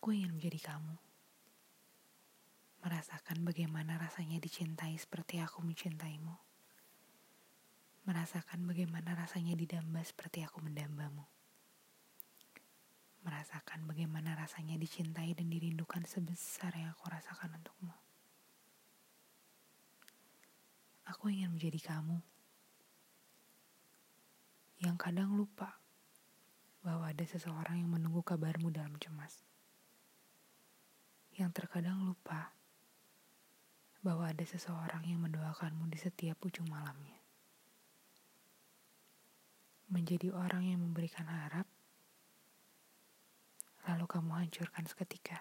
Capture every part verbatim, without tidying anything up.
Aku ingin menjadi kamu, merasakan bagaimana rasanya dicintai seperti aku mencintaimu, merasakan bagaimana rasanya didamba seperti aku mendambamu, merasakan bagaimana rasanya dicintai dan dirindukan sebesar yang aku rasakan untukmu. Aku ingin menjadi kamu, yang kadang lupa bahwa ada seseorang yang menunggu kabarmu dalam cemas, yang terkadang lupa bahwa ada seseorang yang mendoakanmu di setiap ujung malamnya. Menjadi orang yang memberikan harap, lalu kamu hancurkan seketika.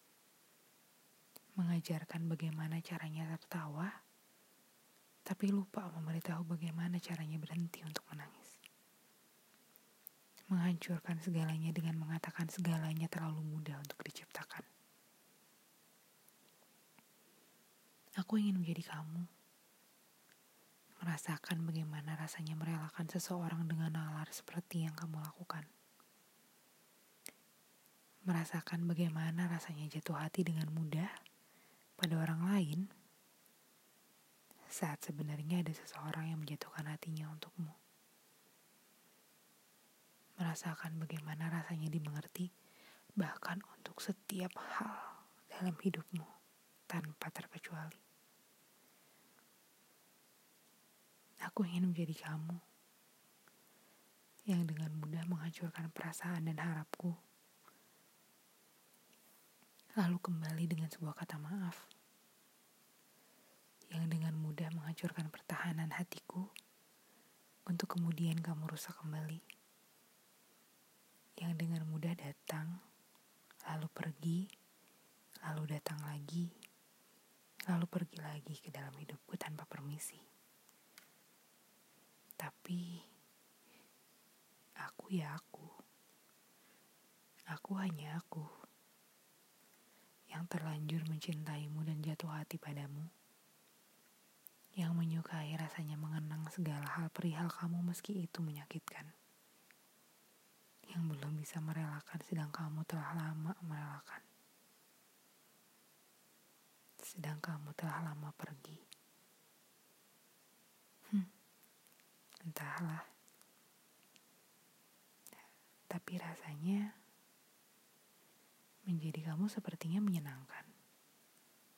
Mengajarkan bagaimana caranya tertawa, tapi lupa memberitahu bagaimana caranya berhenti untuk menangis. Menghancurkan segalanya dengan mengatakan segalanya terlalu mudah untuk diciptakan. Aku ingin menjadi kamu, merasakan bagaimana rasanya merelakan seseorang dengan nalar seperti yang kamu lakukan. Merasakan bagaimana rasanya jatuh hati dengan mudah pada orang lain, saat sebenarnya ada seseorang yang menjatuhkan hatinya untukmu. Merasakan bagaimana rasanya dimengerti, bahkan untuk setiap hal dalam hidupmu, tanpa terkecuali. Aku ingin menjadi kamu, yang dengan mudah menghancurkan perasaan dan harapku, lalu kembali dengan sebuah kata maaf, yang dengan mudah menghancurkan pertahanan hatiku, untuk kemudian kamu rusak kembali, yang dengan mudah datang, lalu pergi, lalu datang lagi, lalu pergi lagi ke dalam hidupku tanpa permisi. Tapi, aku ya aku. Aku hanya aku, yang terlanjur mencintaimu dan jatuh hati padamu, yang menyukai rasanya mengenang segala hal perihal kamu meski itu menyakitkan, yang belum bisa merelakan sedang kamu telah lama merelakan, sedang kamu telah lama pergi. Hmm, entahlah. Tapi rasanya menjadi kamu sepertinya menyenangkan.